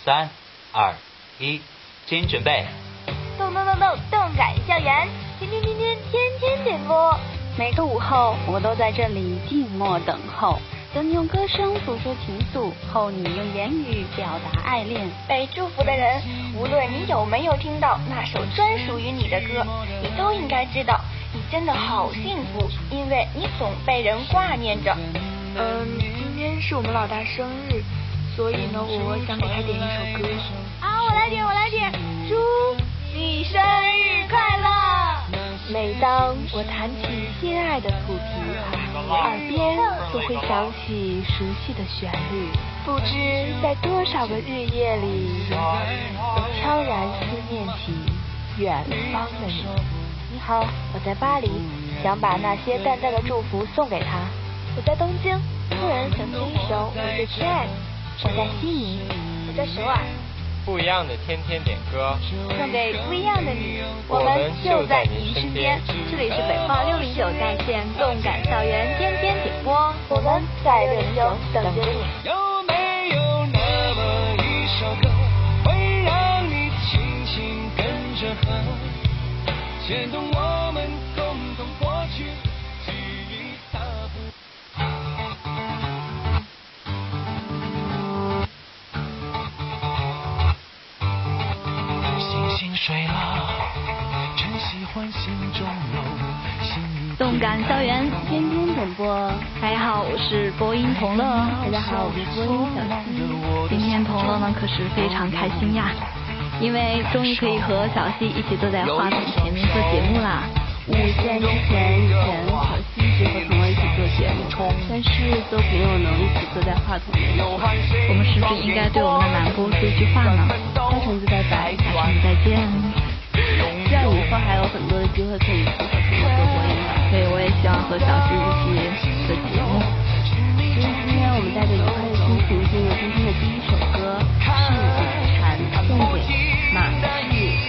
3、2、1，请准备。 动感校园，天天点播。 每个午后，我都在这里静默等候，等你用歌声诉说情愫，后你用言语表达爱恋。 被祝福的人，无论你有没有听到那首专属于你的歌，你都应该知道，你真的好幸福，因为你总被人挂念着。 今天是我们老大生日，所以呢，我想给他点一首歌。 啊，我来点，祝你生日快乐！ 每当我弹起心爱的菩提，耳边总会响起熟悉的旋律，不知在多少个日夜里，我悄然思念起远方的你。你好，我在巴黎，想把那些淡淡的祝福送给他。我在东京，突然想起一首我最亲爱的。我在悉尼，我在首尔。 不一样的天天点歌， 送给不一样的你， 我们就在您身边。 这里是北化609在线动感校园天天点播， 我们在609等着你。 有没有那么一首歌，会让你轻轻跟着和，牵动我们共同过去记忆的步。睡了，真喜欢心中有动感校园天天点播。大家好，我是播音童乐。大家好，我是播音小西。今天童乐呢可是非常开心呀，因为终于可以和小西一起坐在话筒前面做节目啦。因为在之前小西一直和童乐一起做节目，但是都没有能一起坐在话筒前。 我们是不是应该对我们的男播说一句话呢？大橙子拜拜，大橙子再见。希望以后还有很多的机会可以和童乐做播音吧。对，我也希望和小西一起做节目。所以今天我们带着愉快的心情进入今天的第一首歌，是《禅》，送给马旭、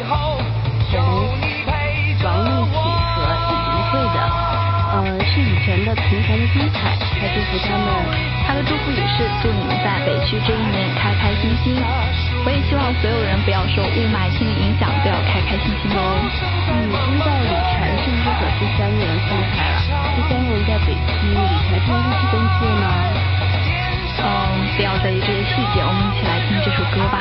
王丽体和李云慧的。是以前的平凡的精彩，来祝福他们。他的祝福语是祝你们在北区这一年开开心心。我也希望所有人不要受雾霾天的影响，都要开开心心哦。你知道李晨是不是和这3个人分开了？这3个人在北区，李晨是不是去登记了吗？不要在意这些细节，我们一起来听这首歌吧。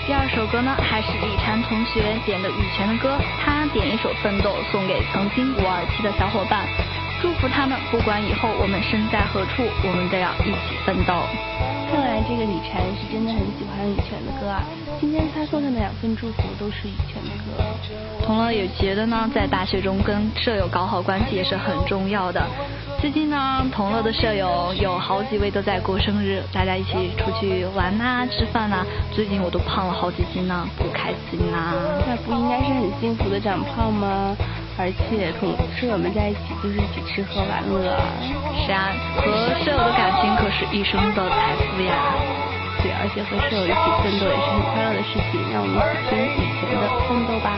第二首歌呢，还是李婵同学点的羽泉的歌，他点一首《奋斗》送给曾经527的小伙伴，祝福他们，不管以后我们身在何处，我们都要一起奋斗。 看来这个李婵是真的很喜欢羽泉的歌啊，今天他送上的2份祝福都是羽泉的歌。 同乐也觉得呢，在大学中跟舍友搞好关系也是很重要的。最近呢，同乐的舍友有好几位都在过生日，大家一起出去玩啊、吃饭啊。最近我都胖了好几斤呢，不开心啊。 那不应该是很幸福的长胖吗？而且同舍友们在一起就是一起吃喝玩乐。 是啊，和舍友的感情可是一生的财富呀。 对，而且和舍友一起奋斗也是很快乐的事情，让我们一起听羽泉的《奋斗》吧。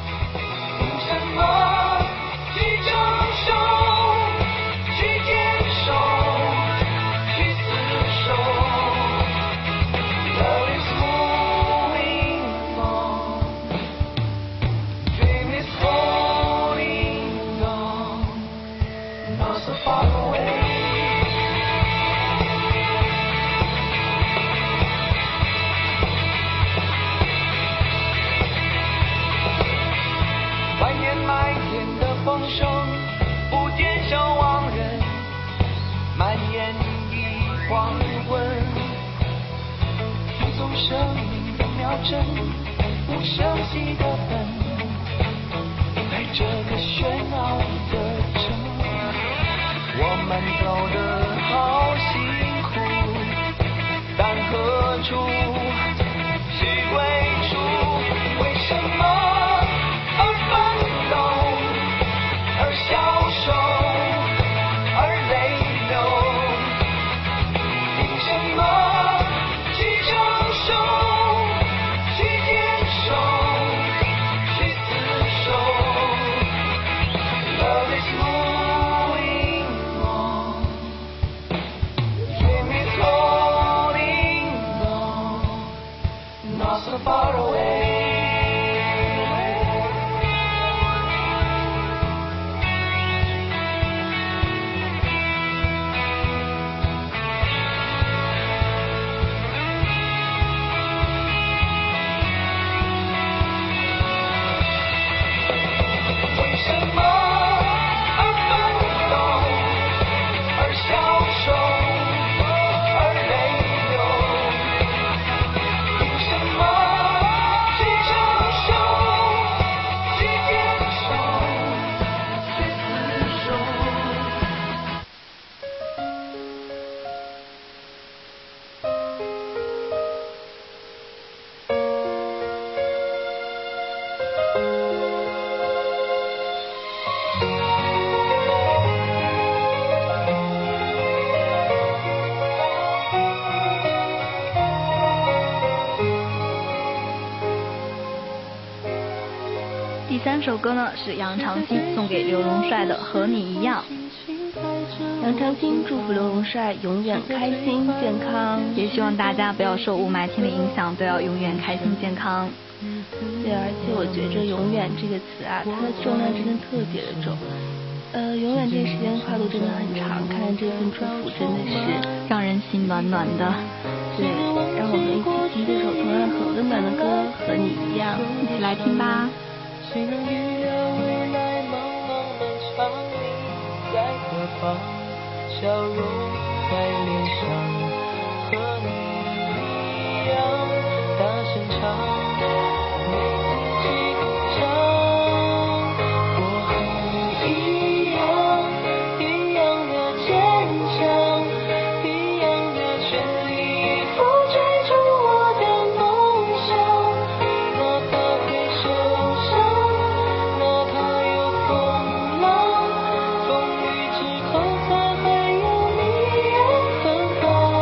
生命的秒针，不休息的奔，在这个喧闹的城，我们走得好辛苦，但何处是归处？为什么而奋斗，而消瘦，而泪流？凭什么？ 第3首歌呢是杨长兴送给刘荣帅的《和你一样》。 杨长兴祝福刘荣帅永远开心健康， 也希望大家不要受雾霾天的影响，都要永远开心健康。 对，而且我觉着永远这个词啊，它的重量真的特别的重。永远这个时间跨度真的很长，看这份祝福真的是让人心暖暖的。 对，让我们一起听这首同样很温暖的歌《和你一样》， 一起来听吧。 行人欲要未来茫茫漫长，你在何方？笑容在脸上，和你一样，大声唱，为自己鼓掌。我和你一样，一样的坚强，一样的全力以赴追逐我的梦想，哪怕会受伤，哪怕有风浪，风雨之后才会有你也芬芳。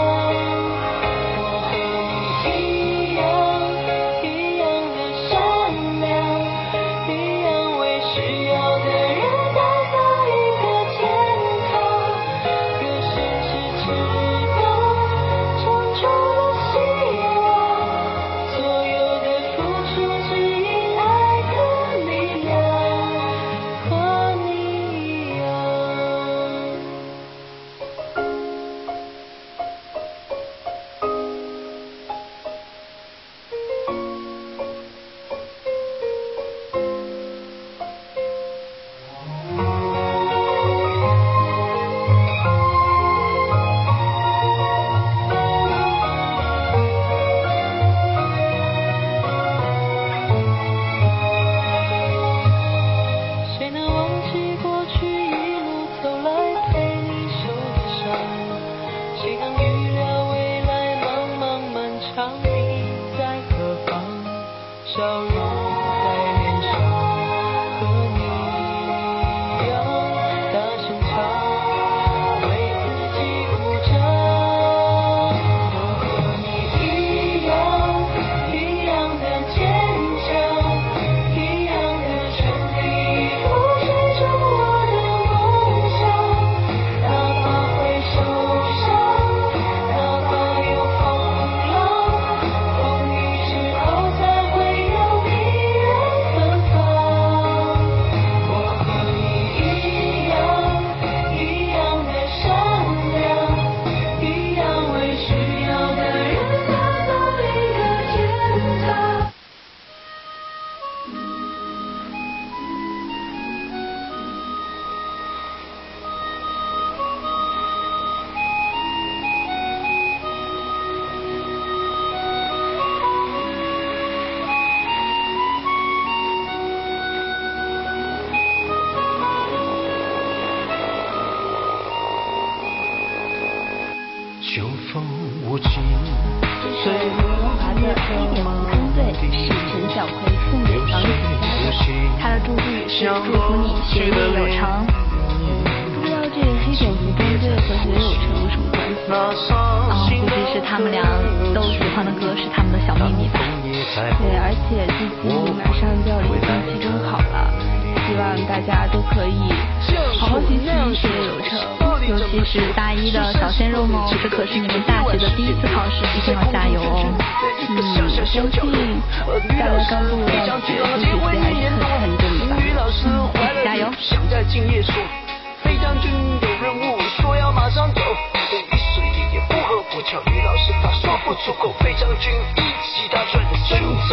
笑容在脸上，和你一样大声唱，为自己鼓掌。我和你一样的坚强，一样的全力以赴追逐我的梦想，哪怕会受伤，哪怕有风浪，风雨之后才会有一人芬芳。我和你一样的善良，一样为需要的人打造一个天堂。秋风无情， 这首荣华的一点不登对是陈小葵送给王子佳的，他的祝福语是祝福你学业有成。不知道这个黑点不登对和学业有成有什么关系？估计是他们俩都喜欢的歌是他们的小秘密吧。对，而且最近马上就要临近期中考了，希望大家都可以好好学习，学业有成。尤其是大一的小鲜肉们，这可是你们大学的第一次考试，一定要加油哦！我相信大家刚步入大学，对学习还是很看重的吧。加油！ 想在静夜说，飞将军有任务，说要马上走。一时一夜不合不巧，于老师他说不出口，飞将军一起他转身走。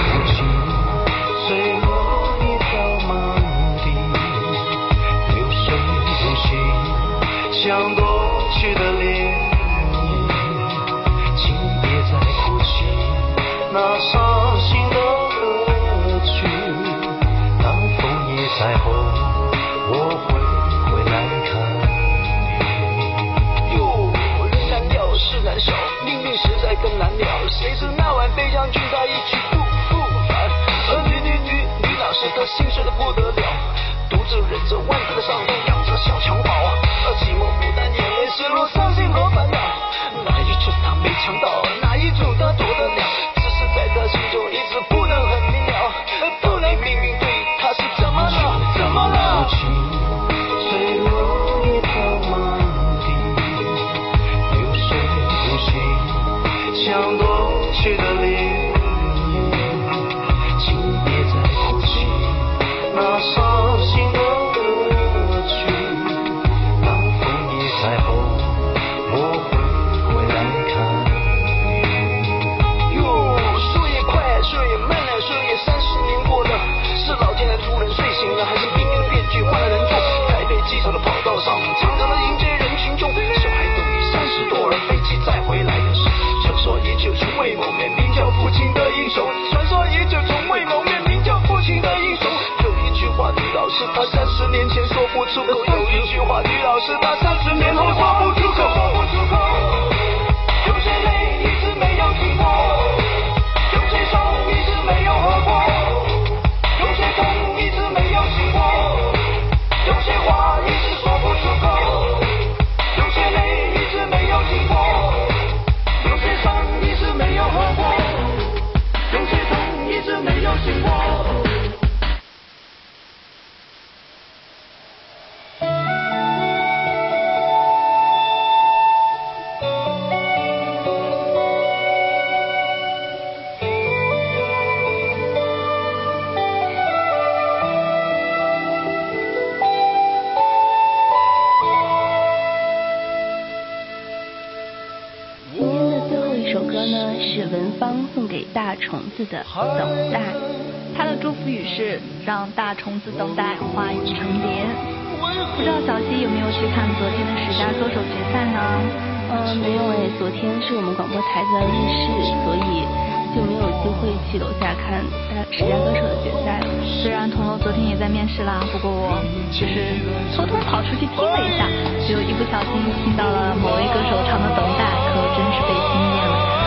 随落一条盲地，流水无形，像过去的涟漪，请别再哭泣，那伤心的歌曲，当枫叶再红，我会回来看你。哟，人难料事难消，命运实在更难料，谁知那晚飞将军他一去不复返，而女老师她心碎的不得了，独自忍着万分的伤痛，养着小襁褓，而寂寞不但眼泪失落伤心和烦恼，哪一处他没抢到，哪一处他躲得了，只是在他心中一直不能很明了，不能命运对他是怎么了，怎么了？随落一条盲地，流水无形，像过去的涟漪，请别再哭泣，那伤心的歌曲，当枫叶再红，我会回来看你。哟，树叶快，树叶慢了，树叶30年过了，是老天的突然睡醒了，还是命运的变局换了人做？台北机场的跑道上，长长的迎接人群中，小孩都已30多了，飞机再回来的是传说已久从未谋面，名叫父亲的英雄，传说已久从未谋面，名叫父亲的英雄。有一句话，女老师她30年前说不出口，有一句话，女老师她30年后说不出口。有些泪一直没有停过，有些伤一直没有合过，有些痛一直没有醒过，有些话一直说不出口，有些泪一直没有停过，有些伤一直没有合过，有些痛一直没有醒过。 是文芳送给大虫子的等待，他的祝福语是让大虫子等待花语成蝶。不知道小溪有没有去看昨天的十佳歌手决赛呢？没有诶，昨天是我们广播台的日视，所以就没有机会去楼下看十佳歌手的决赛了。虽然童楼昨天也在面试啦，不过我就是偷偷跑出去听了一下，就一不小心听到了某位歌手唱的《等待》，可真是被惊艳了。